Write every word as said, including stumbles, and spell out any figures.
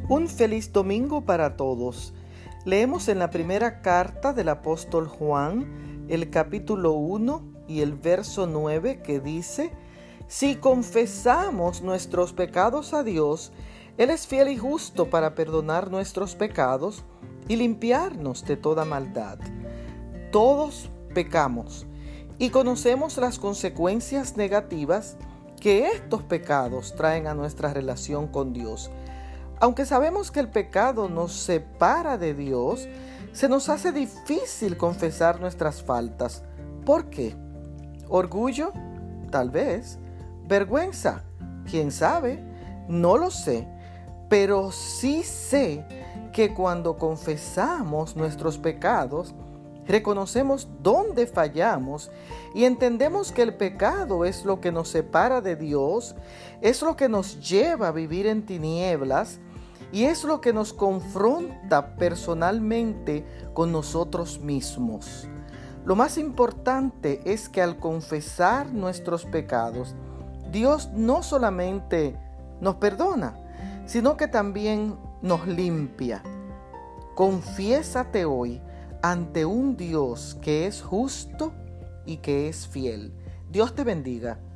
Un feliz domingo para todos. Leemos en la primera carta del apóstol Juan, el capítulo uno y el verso nueve, que dice: Si confesamos nuestros pecados a Dios, Él es fiel y justo para perdonar nuestros pecados y limpiarnos de toda maldad. Todos pecamos y conocemos las consecuencias negativas que estos pecados traen a nuestra relación con Dios. Aunque sabemos que el pecado nos separa de Dios, se nos hace difícil confesar nuestras faltas. ¿Por qué? ¿Orgullo? Tal vez. ¿Vergüenza? ¿Quién sabe? No lo sé. Pero sí sé que cuando confesamos nuestros pecados, reconocemos dónde fallamos y entendemos que el pecado es lo que nos separa de Dios, es lo que nos lleva a vivir en tinieblas y es lo que nos confronta personalmente con nosotros mismos. Lo más importante es que al confesar nuestros pecados, Dios no solamente nos perdona, sino que también nos limpia. Confiésate hoy ante un Dios que es justo y que es fiel. Dios te bendiga.